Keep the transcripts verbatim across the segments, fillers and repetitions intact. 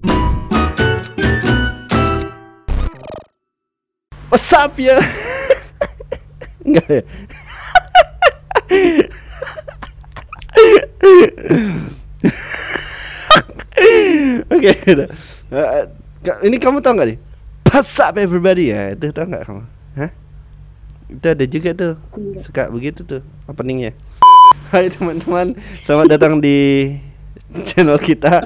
What's up ya? Enggak ya? Oke, udah. Uh, ini kamu tahu nggak nih? What's up everybody ya? Itu tahu nggak kamu? Hah? Itu ada juga tuh. Suka begitu tuh openingnya. Hai teman-teman, selamat datang di channel kita.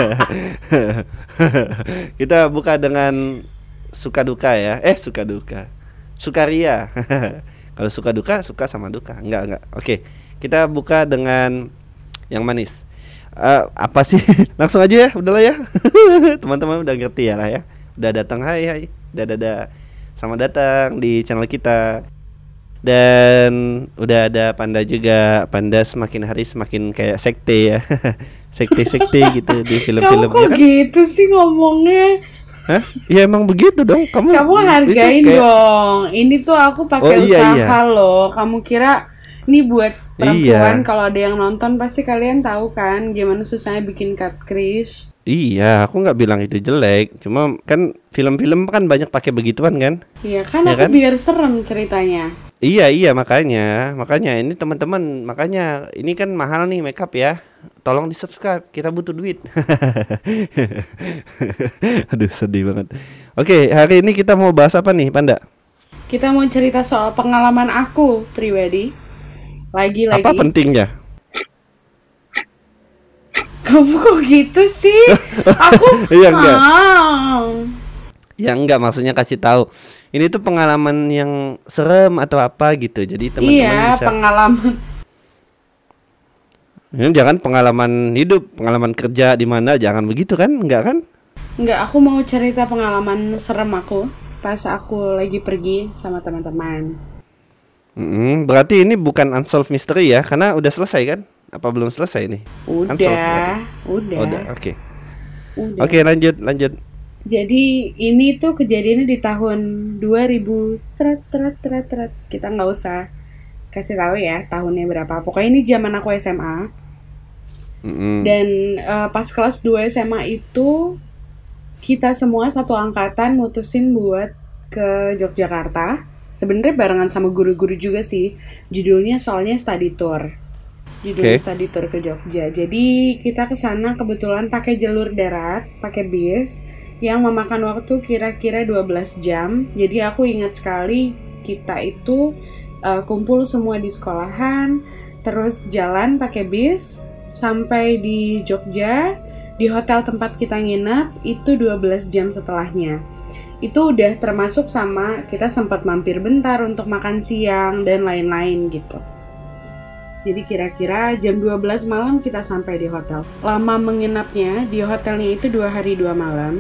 Kita buka dengan suka duka ya. Eh suka duka. Sukaria. Kalau suka duka, suka sama duka. Enggak, enggak. Oke. Kita buka dengan yang manis. Uh, apa sih? Langsung aja ya, udahlah ya. Teman-teman udah ngerti ya lah ya. Udah datang, hai hai. Udah ada selamat datang di channel kita. Dan udah ada Panda juga. Panda semakin hari semakin kayak sekte ya. Sekte-sekte gitu di film-film. Kamu kok ya kan? Gitu sih ngomongnya. Hah? Ya emang begitu dong. Kamu Kamu hargain kayak... dong. Ini tuh aku pakai oh, iya, usaha iya. loh. Kamu kira ini buat perempuan? Iya. Kalau ada yang nonton pasti kalian tahu kan gimana susahnya bikin cut crease. Iya, aku nggak bilang itu jelek. Cuma kan film-film kan banyak pakai begituan kan? Iya kan, ya aku kan? biar serem ceritanya. Iya iya makanya, makanya ini teman-teman, makanya ini kan mahal nih makeup ya. Tolong di subscribe, kita butuh duit. Aduh sedih banget. Oke, hari ini kita mau bahas apa nih Panda? Kita mau cerita soal pengalaman aku pribadi. Lagi-lagi. Apa pentingnya? Kamu kok gitu sih? Aku iya enggak. Ah. Ya enggak, maksudnya kasih tahu. Ini tuh pengalaman yang serem atau apa gitu. Jadi teman-teman iya, bisa pengalaman. Ini jangan pengalaman hidup, pengalaman kerja di mana, jangan begitu kan? Enggak kan? Enggak, aku mau cerita pengalaman serem aku pas aku lagi pergi sama teman-teman. Mm-hmm. Berarti ini bukan unsolved mystery ya, karena udah selesai kan? Apa belum selesai nih? Udah, udah. Udah, oke. Okay. Udah. Oke, okay, lanjut, lanjut. Jadi ini tuh kejadiannya di tahun dua ribu strat strat strat strat. Kita nggak usah kasih tahu ya tahunnya berapa. Pokoknya ini zaman aku S M A. Mm-hmm. Dan uh, pas kelas dua S M A itu kita semua satu angkatan mutusin buat ke Yogyakarta. Sebenarnya barengan sama guru-guru juga sih. Judulnya soalnya study tour. Judulnya okay. study tour ke Jogja. Jadi kita ke sana kebetulan pakai jalur darat, pakai bis yang memakan waktu kira-kira dua belas jam. Jadi aku ingat sekali kita itu uh, kumpul semua di sekolahan, terus jalan pakai bis sampai di Jogja. Di hotel tempat kita nginap itu dua belas jam setelahnya. Itu udah termasuk sama kita sempat mampir bentar untuk makan siang dan lain-lain gitu. Jadi kira-kira jam dua belas malam kita sampai di hotel. Lama menginapnya di hotelnya itu dua hari dua malam.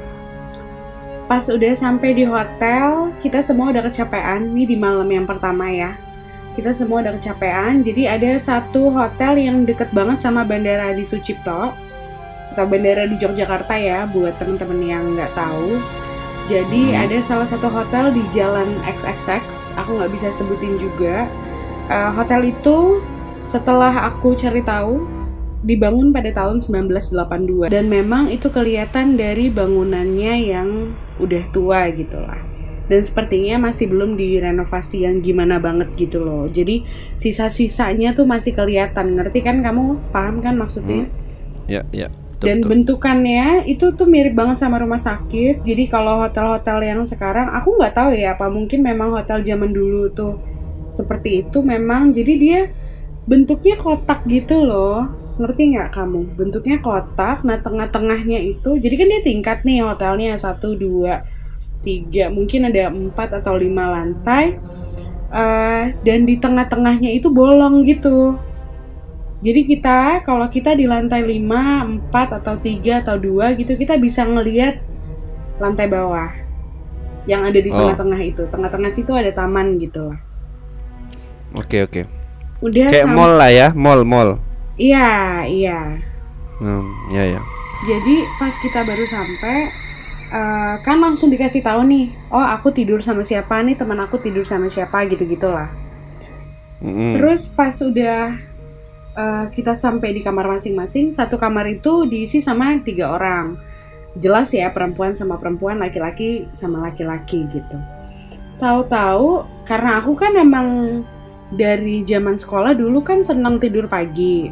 Pas udah sampai di hotel, kita semua udah kecapean. Ini di malam yang pertama ya. Kita semua udah kecapean. Jadi ada satu hotel yang deket banget sama Bandara Adi Sucipto atau Bandara di Yogyakarta ya, buat temen-temen yang nggak tahu. Jadi ada salah satu hotel di Jalan X X X. Aku nggak bisa sebutin juga. Uh, hotel itu setelah aku cari tahu dibangun pada tahun sembilan belas delapan puluh dua dan memang itu kelihatan dari bangunannya yang udah tua gitu lah. Dan sepertinya masih belum direnovasi yang gimana banget gitu loh. Jadi sisa-sisanya tuh masih kelihatan. Ngerti kan kamu? Paham kan maksudnya? Hmm. Ya, ya. Betul, Dan betul. bentukannya itu tuh mirip banget sama rumah sakit. Jadi kalau hotel-hotel yang sekarang aku nggak tahu ya apa mungkin memang hotel zaman dulu tuh seperti itu memang. Jadi dia bentuknya kotak gitu loh. Ngerti nggak kamu? Bentuknya kotak. Nah tengah-tengahnya itu, jadi kan dia tingkat nih hotelnya satu, dua, tiga, mungkin ada empat atau lima lantai. Uh, dan di tengah-tengahnya itu bolong gitu. Jadi kita, kalau kita di lantai lima, empat, atau tiga, atau dua gitu, kita bisa ngelihat lantai bawah yang ada di oh. tengah-tengah itu. Tengah-tengah situ ada taman gitu lah. Oke, oke. Udah kayak sam- mall lah ya, mall-mall. Iya, iya. Hmm, iya, iya. Jadi pas kita baru sampai, uh, kan langsung dikasih tahu nih, oh aku tidur sama siapa nih, teman aku tidur sama siapa gitu-gitulah. Mm-hmm. Terus pas udah Uh, kita sampai di kamar masing-masing. Satu kamar itu diisi sama tiga orang. jelas ya perempuan sama perempuan, laki-laki sama laki-laki gitu. Tahu-tahu karena aku kan emang dari zaman sekolah dulu kan senang tidur pagi.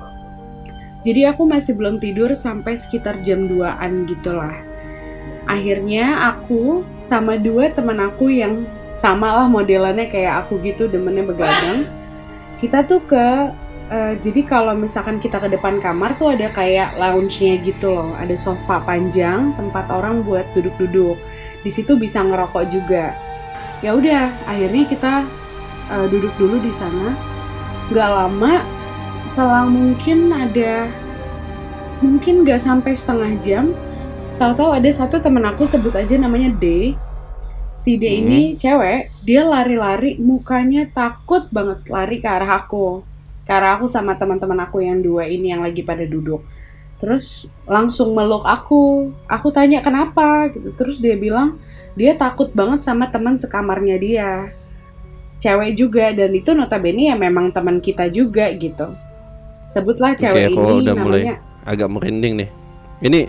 Jadi aku masih belum tidur sampai sekitar jam duaan gitu lah. Akhirnya aku sama dua teman aku yang sama lah modelannya kayak aku gitu, demennya begadang. Kita tuh ke, uh, jadi kalau misalkan kita ke depan kamar tuh ada kayak lounge-nya gitu loh. Ada sofa panjang, tempat orang buat duduk-duduk. Di situ bisa ngerokok juga. Ya udah, akhirnya kita uh, duduk dulu di sana. Gak lama, selang mungkin ada, mungkin gak sampai setengah jam, tahu-tahu ada satu temen aku, sebut aja namanya D. Si D hmm. ini cewek, dia lari-lari, mukanya takut banget lari ke arah aku. Ke arah aku sama teman-teman aku yang dua ini yang lagi pada duduk. Terus langsung meluk aku. Aku tanya kenapa gitu. Terus dia bilang dia takut banget sama teman sekamarnya dia. Cewek juga, dan itu notabene ya memang teman kita juga gitu. Sebutlah cewek Oke, ini udah namanya. Mulai agak merinding nih. Ini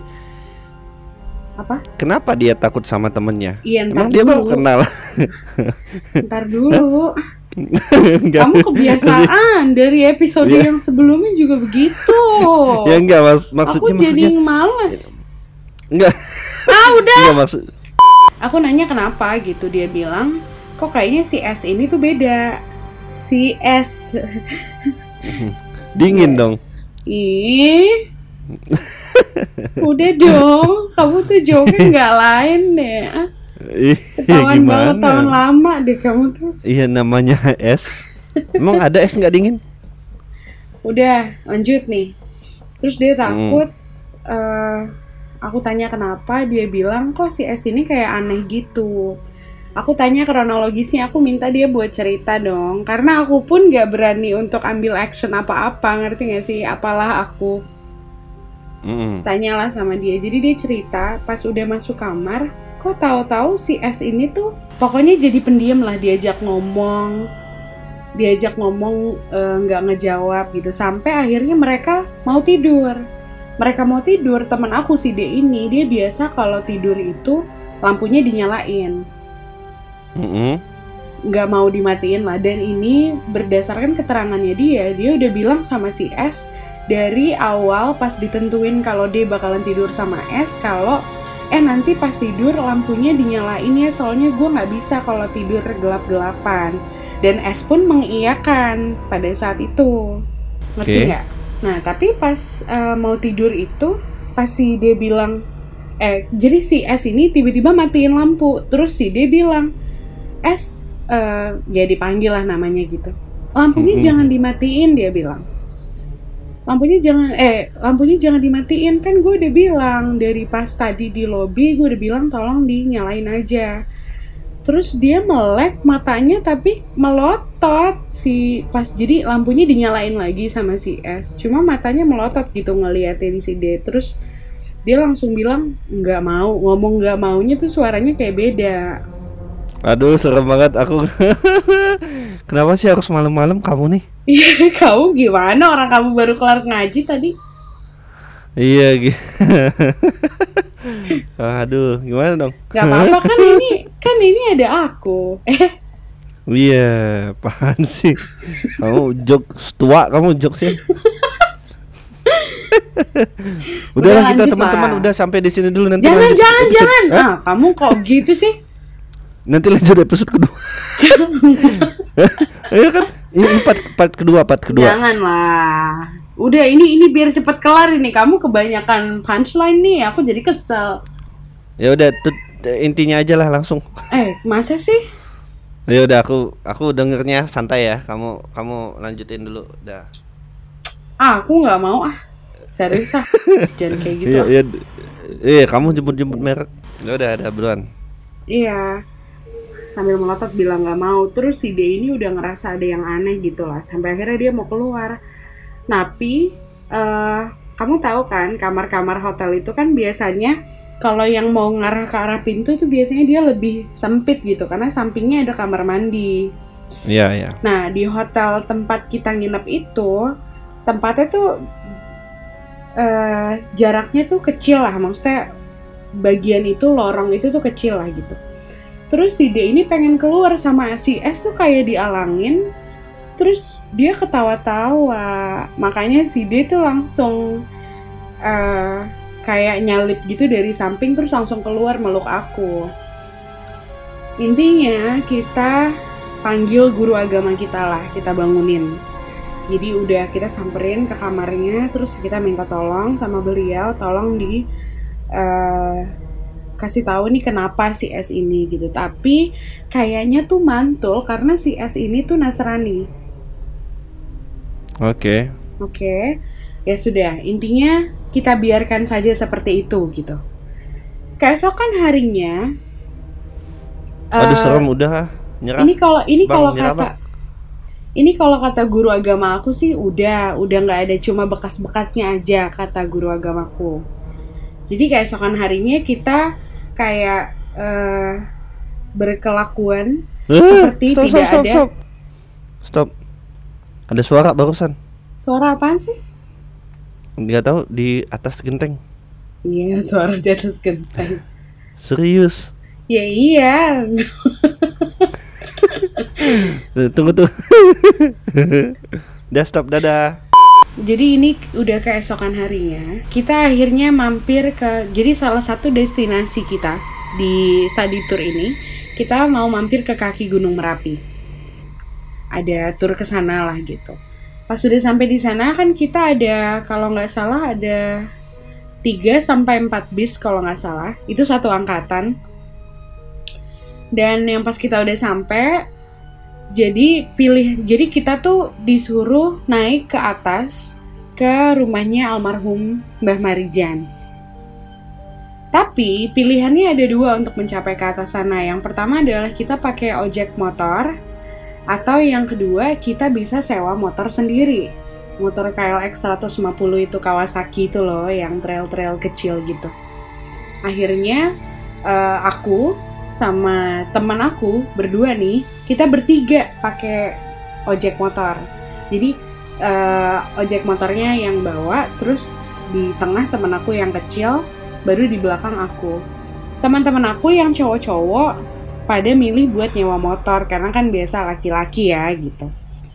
apa? Kenapa dia takut sama temennya? Iya, emang dulu. dia baru kenal. Ntar dulu. Kamu kebiasaan dari episode yang sebelumnya juga begitu. Ya enggak, mas, maksudnya aku maksudnya. jadi malas. Enggak. Ah udah. Enggak maksud. Aku nanya kenapa gitu, dia bilang kok kayaknya si S ini tuh beda. Si S. Dingin dong. Ih. Udah dong, kamu tuh joke nggak lain deh. Ketahuan banget tahun lama deh kamu tuh. Iya, namanya es. Emang ada es nggak dingin? Udah, lanjut nih. Terus dia takut. Hmm. Uh, aku tanya kenapa, dia bilang kok si es ini kayak aneh gitu. Aku tanya kronologisnya, aku minta dia buat cerita dong. Karena aku pun nggak berani untuk ambil action apa-apa, ngerti nggak sih? Apalah aku. Mm. Tanyalah sama dia. Jadi dia cerita pas udah masuk kamar, kok tahu-tahu si S ini tuh pokoknya jadi pendiam lah, diajak ngomong diajak ngomong nggak e, ngejawab gitu, sampai akhirnya mereka mau tidur. Mereka mau tidur, teman aku si D ini dia biasa kalau tidur itu lampunya dinyalain, mm-hmm. nggak mau dimatiin lah. Dan ini berdasarkan keterangannya dia, dia udah bilang sama si S dari awal pas ditentuin kalau dia bakalan tidur sama S, kalau eh nanti pas tidur lampunya dinyalain ya, soalnya gue nggak bisa kalau tidur gelap-gelapan. Dan S pun mengiyakan pada saat itu, ngerti nggak? Okay. Nah tapi pas uh, mau tidur itu, pas si dia bilang, eh jadi si S ini tiba-tiba matiin lampu, terus si dia bilang, S, uh, ya dipanggil lah namanya gitu, lampunya mm-hmm. jangan dimatiin, dia bilang. Lampunya jangan eh lampunya jangan dimatiin, kan gue udah bilang dari pas tadi di lobi, gue udah bilang tolong dinyalain aja. Terus dia melek matanya tapi melotot si pas, jadi lampunya dinyalain lagi sama si S, cuma matanya melotot gitu ngeliatin si D. Terus dia langsung bilang nggak mau, ngomong nggak maunya tuh suaranya kayak beda. Aduh serem banget aku. Kenapa sih harus malam-malam kamu nih? Iya, kamu gimana? Orang kamu baru kelar ngaji tadi. Iya gitu. Aduh, gimana dong? Gak apa-apa kan ini, kan ini ada aku. Eh. Iya, apaan sih? Kamu jokes tua, kamu jokes sih. Udahlah kita teman-teman udah sampai di sini dulu, nanti jangan lanjut jangan episode. jangan. Eh? Ah, kamu kok gitu sih? Nanti lanjut episode kedua. Ayo kan, ini part, part kedua, part kedua. Janganlah. Udah ini ini biar cepet kelar ini. Kamu kebanyakan punchline nih, aku jadi kesel. Ya udah, intinya aja lah langsung. Eh, masa sih? Ya udah, aku aku dengernya santai ya. Kamu kamu lanjutin dulu, dah. Ah, aku nggak mau ah. Serius ah. Jangan kayak gitu. Iya, iya. Iya, kamu jemput-jemput merek. Ya udah, ada buruan. Iya. Sambil melotot bilang nggak mau. Terus si D ini udah ngerasa ada yang aneh gitu lah. Sampai akhirnya dia mau keluar. Tapi uh, kamu tahu kan kamar-kamar hotel itu kan biasanya kalau yang mau ngarah ke arah pintu tuh biasanya dia lebih sempit gitu, karena sampingnya ada kamar mandi. Iya, iya. Nah di hotel tempat kita nginep itu tempatnya tuh uh, jaraknya tuh kecil lah, maksudnya bagian itu, lorong itu tuh kecil lah gitu. Terus si D ini pengen keluar sama si S tuh kayak dialangin. Terus dia ketawa-tawa. Makanya si D tuh langsung uh, kayak nyalip gitu dari samping, terus langsung keluar meluk aku. Intinya kita panggil guru agama kita lah, kita bangunin. Jadi udah kita samperin ke kamarnya, terus kita minta tolong sama beliau, tolong di uh, kasih tahu nih kenapa si S ini gitu. Tapi kayaknya tuh mantul karena si S ini tuh Nasrani. Oke. Okay. Oke. Okay. Ya sudah, intinya kita biarkan saja seperti itu gitu. Keesokan harinya, aduh uh, serem udah nyerah. Ini kalau ini Bang, kalau nyerah, kata Bang. Ini kalau kata guru agama aku sih udah udah nggak ada, cuma bekas-bekasnya aja kata guru agamaku. Jadi keesokan harinya kita kayak uh, berkelakuan uh, seperti stop, tidak stop, stop, ada. Stop. Stop. Ada suara barusan. Suara apaan sih? Nggak tahu, di atas genteng. Iya, suara di atas genteng. Serius? Ya iya. Tunggu tuh. Udah stop, dadah. Jadi ini udah keesokan harinya, kita akhirnya mampir ke, jadi salah satu destinasi kita di study tour ini, kita mau mampir ke kaki Gunung Merapi. Ada tour ke sana lah gitu. Pas sudah sampai di sana kan kita ada, kalau nggak salah ada tiga sampai empat bis kalau nggak salah, itu satu angkatan. Dan yang pas kita udah sampai, jadi pilih, jadi kita tuh disuruh naik ke atas ke rumahnya almarhum Mbah Marijan. Tapi pilihannya ada dua untuk mencapai ke atas sana. Yang pertama adalah kita pakai ojek motor, atau yang kedua kita bisa sewa motor sendiri. Motor K L X seratus lima puluh itu Kawasaki itu loh, yang trail-trail kecil gitu. Akhirnya uh, aku sama teman aku berdua nih, kita bertiga pakai ojek motor. Jadi uh, ojek motornya yang bawa, terus di tengah teman aku yang kecil, baru di belakang aku. Teman-teman aku yang cowok-cowok pada milih buat nyewa motor karena kan biasa laki-laki ya gitu.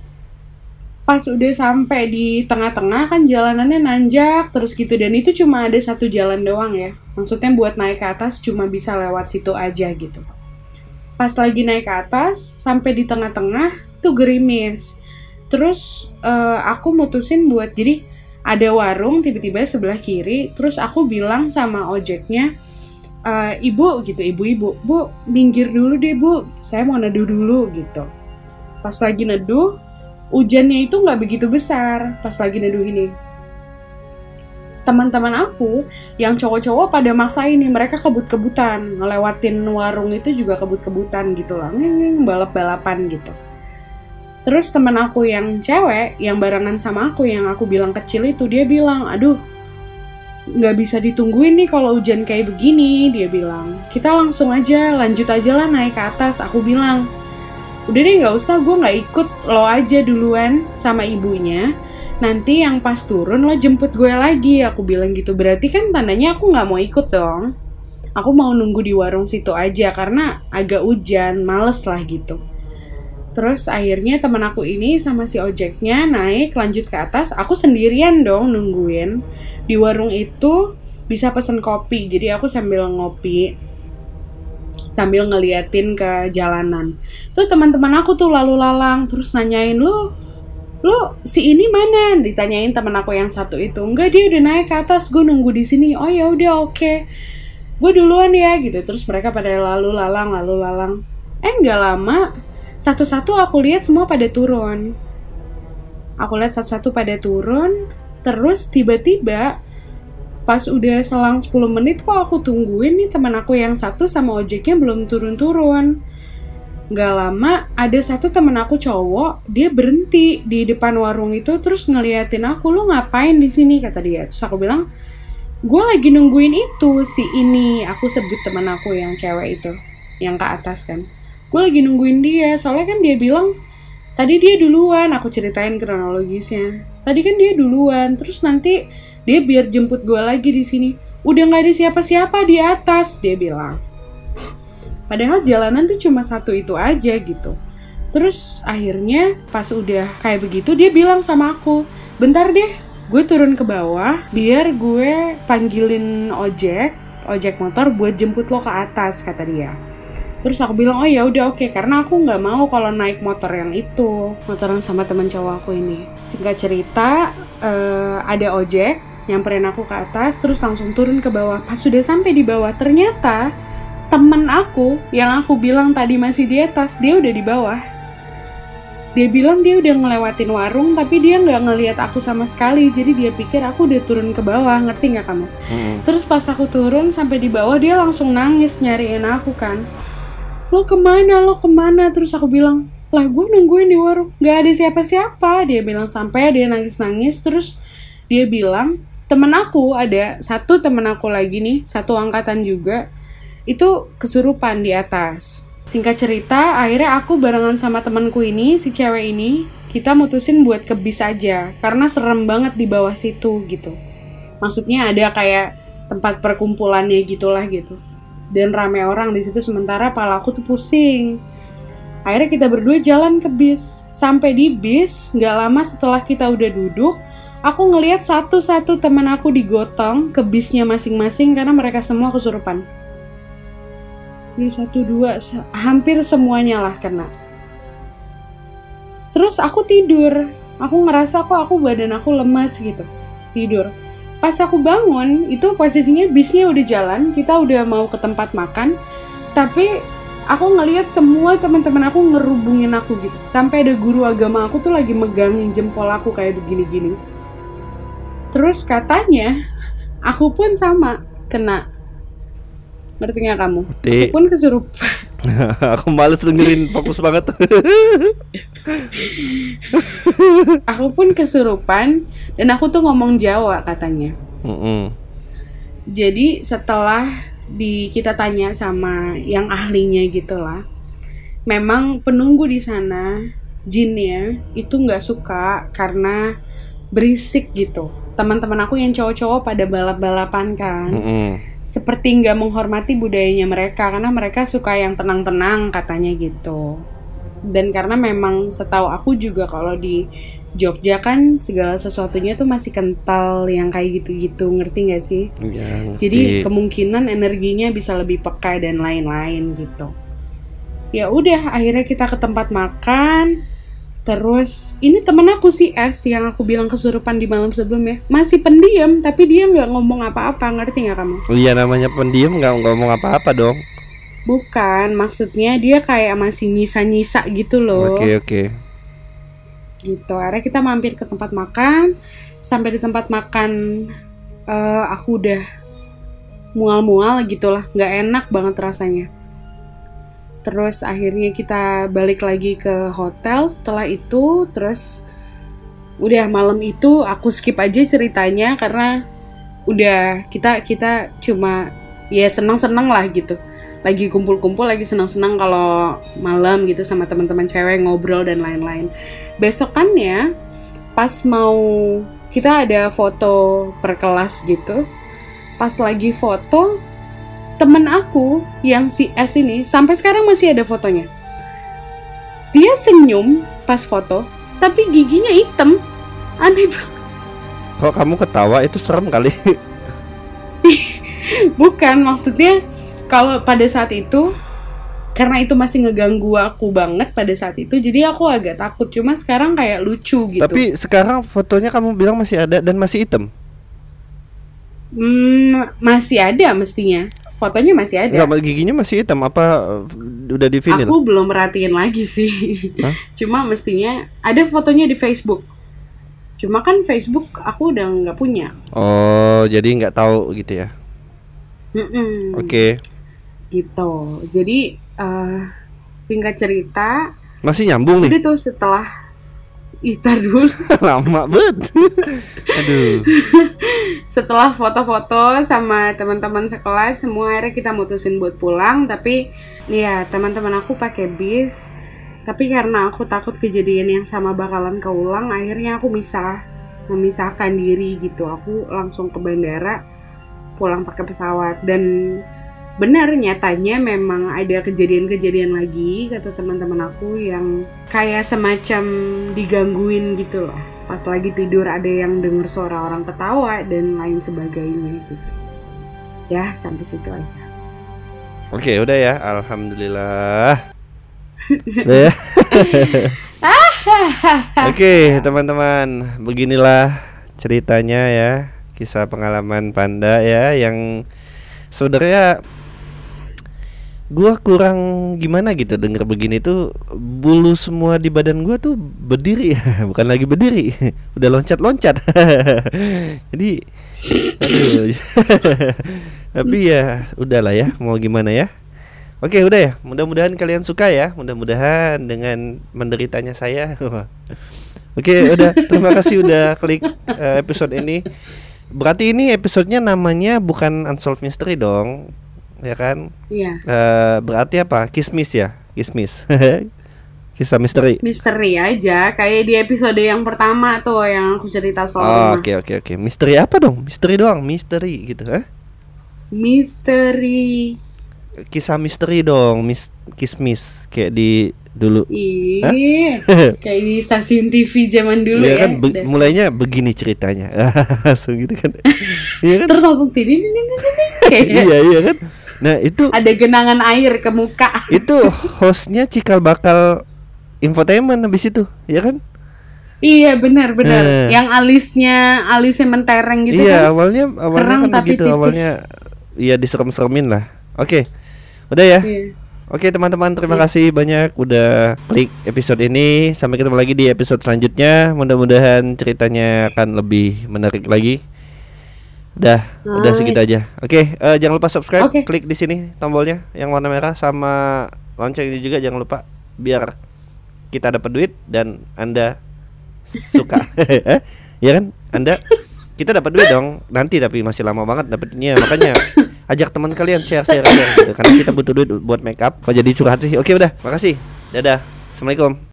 Pas udah sampai di tengah-tengah kan jalanannya nanjak terus gitu, dan itu cuma ada satu jalan doang ya. Maksudnya buat naik ke atas cuma bisa lewat situ aja gitu. Pas lagi naik ke atas sampai di tengah-tengah tuh gerimis. Terus uh, aku mutusin buat, jadi ada warung tiba-tiba sebelah kiri, terus aku bilang sama ojeknya, e, ibu gitu, ibu-ibu, bu minggir dulu deh bu, saya mau neduh dulu gitu. Pas lagi neduh, hujannya itu nggak begitu besar pas lagi neduh ini. Teman-teman aku yang cowok-cowok pada maksain nih, mereka kebut-kebutan ngelewatin warung itu juga kebut-kebutan gitu lah, ngeng balap-balapan gitu. Terus teman aku yang cewek yang barengan sama aku yang aku bilang kecil itu, dia bilang, aduh nggak bisa ditungguin nih kalau hujan kayak begini. Dia bilang, kita langsung aja lanjut aja lah naik ke atas. Aku bilang, udah deh nggak usah, gue nggak ikut, lo aja duluan sama ibunya, nanti yang pas turun lo jemput gue lagi. Aku bilang gitu. Berarti kan tandanya aku nggak mau ikut dong, aku mau nunggu di warung situ aja karena agak hujan, males lah gitu. Terus akhirnya teman aku ini sama si ojeknya naik lanjut ke atas, aku sendirian dong nungguin. Di warung itu bisa pesen kopi, jadi aku sambil ngopi sambil ngeliatin ke jalanan. Tuh teman-teman aku tuh lalu lalang, terus nanyain, lu, lu si ini mana? Ditanyain teman aku yang satu itu. Enggak, dia udah naik ke atas, gue nunggu di sini. Oh ya udah oke, okay. Gue duluan ya gitu. Terus mereka pada lalu lalang lalu lalang. Eh nggak lama, satu-satu aku lihat semua pada turun. Aku lihat satu-satu pada turun. Terus tiba-tiba pas udah selang sepuluh menit kok aku tungguin nih teman aku yang satu sama ojeknya belum turun-turun. Gak lama ada satu teman aku cowok, dia berhenti di depan warung itu terus ngeliatin aku, lu ngapain di sini, kata dia. Terus aku bilang, gue lagi nungguin itu si ini, aku sebut teman aku yang cewek itu, yang ke atas kan. Gue lagi nungguin dia, soalnya kan dia bilang tadi dia duluan. Aku ceritain kronologisnya. Tadi kan dia duluan, terus nanti dia biar jemput gue lagi di sini. udah nggak ada siapa-siapa di atas, dia bilang. Padahal jalanan tuh cuma satu itu aja gitu. Terus akhirnya pas udah kayak begitu dia bilang sama aku, bentar deh, gue turun ke bawah biar gue panggilin ojek, ojek motor buat jemput lo ke atas, kata dia. Terus aku bilang, oh ya udah oke, karena aku nggak mau kalau naik motor yang itu, motor yang sama teman cowok aku ini. Singkat cerita, uh, ada ojek nyamperin aku ke atas, terus langsung turun ke bawah. Pas sudah sampai di bawah, ternyata teman aku yang aku bilang tadi masih di atas, dia udah di bawah. Dia bilang dia udah ngelewatin warung, tapi dia nggak ngelihat aku sama sekali. Jadi dia pikir aku udah turun ke bawah, ngerti nggak kamu? Hmm. Terus pas aku turun sampai di bawah, dia langsung nangis nyariin aku kan. Lo kemana, lo kemana? Terus aku bilang, lah gue nungguin di warung, gak ada siapa-siapa. Dia bilang sampai dia nangis-nangis. Terus dia bilang, temen aku ada satu temen aku lagi nih, satu angkatan juga, itu kesurupan di atas. Singkat cerita, akhirnya aku barengan sama temanku ini, si cewek ini, kita mutusin buat ke bis aja, karena serem banget di bawah situ gitu. Maksudnya ada kayak tempat perkumpulannya gitulah gitu. Dan rame orang di situ, sementara pala aku tuh pusing. Akhirnya kita berdua jalan ke bis. Sampai di bis, nggak lama setelah kita udah duduk, aku ngelihat satu-satu teman aku digotong ke bisnya masing-masing karena mereka semua kesurupan. Ini satu dua, hampir semuanya lah kena. Terus aku tidur. Aku ngerasa kok aku badan aku lemas gitu. Tidur. Pas aku bangun, itu posisinya bisnya udah jalan, kita udah mau ke tempat makan, tapi aku ngelihat semua teman-teman aku ngerubungin aku gitu. Sampai ada guru agama aku tuh lagi megangin jempol aku kayak begini-gini. Terus katanya, aku pun sama kena. Ngerti gak kamu? Ngerti. Aku pun kesurupan. Aku males dengerin, fokus banget. Aku pun kesurupan dan aku tuh ngomong Jawa katanya. Mm-hmm. Jadi setelah di kita tanya sama yang ahlinya gitulah, memang penunggu di sana jinnya itu nggak suka karena berisik gitu. Teman-teman aku yang cowok-cowok pada balap-balapan kan. Mm-hmm. Seperti nggak menghormati budayanya mereka karena mereka suka yang tenang-tenang katanya gitu. Dan karena memang setahu aku juga kalau di Jogja kan segala sesuatunya tuh masih kental yang kayak gitu-gitu, ngerti nggak sih? Ya, jadi kemungkinan energinya bisa lebih peka dan lain-lain gitu. Ya udah, akhirnya kita ke tempat makan. Terus ini temen aku si S yang aku bilang kesurupan di malam sebelumnya masih pendiam, tapi dia nggak ngomong apa-apa, ngerti nggak kamu? Iya, namanya pendiam nggak ngomong apa-apa dong. Bukan, maksudnya dia kayak masih nyisa-nyisa gitu loh. Oke oke. Gitu, akhirnya kita mampir ke tempat makan. Sampai di tempat makan uh, aku udah mual-mual gitulah, nggak enak banget rasanya. Terus akhirnya kita balik lagi ke hotel setelah itu. Terus udah malam itu aku skip aja ceritanya karena udah kita kita cuma ya senang-senang lah gitu. Lagi kumpul-kumpul, lagi senang-senang kalau malam gitu sama teman-teman cewek ngobrol dan lain-lain. Besokannya pas mau kita ada foto per kelas gitu. Pas lagi foto, temen aku yang si S ini sampai sekarang masih ada fotonya. Dia senyum pas foto, tapi giginya hitam. Aneh banget. Kok kamu ketawa, itu serem kali. Bukan, maksudnya kalau pada saat itu, karena itu masih ngeganggu aku banget pada saat itu, jadi aku agak takut. Cuma sekarang kayak lucu gitu. Tapi sekarang fotonya kamu bilang masih ada dan masih hitam? Hmm, masih ada mestinya. Fotonya masih ada. Enggak, giginya masih hitam. Apa udah di vinyl? Aku belum merhatiin lagi sih. Hah? Cuma mestinya ada fotonya di Facebook. Cuma kan Facebook aku udah nggak punya. Oh, jadi nggak tahu gitu ya? Oke. Okay. Gitu. Jadi uh, singkat cerita. Masih nyambung nih? Udah tuh setelah Istar dulu. Lama banget. Aduh. Setelah foto-foto sama teman-teman sekelas, semua akhirnya kita mutusin buat pulang. Tapi ya teman-teman aku pakai bis. Tapi karena aku takut kejadian yang sama bakalan keulang, akhirnya aku misah, memisahkan diri gitu. Aku langsung ke bandara. pulang pakai pesawat. Dan benar, nyatanya memang ada kejadian-kejadian lagi, kata teman-teman aku, yang kayak semacam digangguin gitu loh. Pas lagi tidur ada yang denger suara orang ketawa dan lain sebagainya gitu. Ya, sampai situ aja. Oke, udah ya. Alhamdulillah. Udah ya. Oke, teman-teman, beginilah ceritanya ya, kisah pengalaman Panda ya, yang sebenarnya gua kurang gimana gitu denger begini tuh, bulu semua di badan gua tuh berdiri, bukan lagi berdiri, udah loncat-loncat. Jadi, aduh. Tapi ya, udahlah ya, mau gimana ya. Oke, udah ya. Mudah-mudahan kalian suka ya. Mudah-mudahan dengan menderitanya saya. Oke, udah. Terima kasih udah klik uh, episode ini. Berarti ini episodenya namanya bukan Unsolved Mystery dong, ya kan? Iya. Uh, berarti apa? Kismis ya, Kismis. Kisah misteri. Misteri aja, kayak di episode yang pertama tuh yang aku cerita soal oh, rumah. Oke, oke, oke. Misteri apa dong? Misteri doang, misteri gitu, eh? Misteri. Kisah misteri dong, mis kismis kayak di dulu. Iya. Kayak di stasiun T V zaman dulu ya. Kan be- mulainya begini ceritanya. Langsung gitu kan. Iya kan? Terus langsung tiri Iya, iya kan? Nah, itu ada genangan air ke muka. Itu hostnya cikal bakal infotainment habis itu, ya kan? Iya, benar-benar. Eh. Yang alisnya alisnya mentereng gitu iya, kan. awalnya awalnya Kerang kan tapi begitu, tipis. awalnya iya diserem-seremin lah. Oke. Udah ya. Iya. Oke teman-teman, terima kasih banyak udah klik episode ini. Sampai ketemu lagi di episode selanjutnya. Mudah-mudahan ceritanya akan lebih menarik lagi. Udah, Hai. udah segitu aja. Oke, uh, jangan lupa subscribe, Oke. klik di sini tombolnya yang warna merah, sama loncengnya juga jangan lupa, biar kita dapat duit dan Anda suka. Ya kan? Anda kita dapat duit dong nanti, tapi masih lama banget dapatnya. Makanya ajak teman kalian share share share gitu, karena kita butuh duit buat make up. Kok jadi curhat sih? Oke, udah. Makasih. Dadah. Assalamualaikum.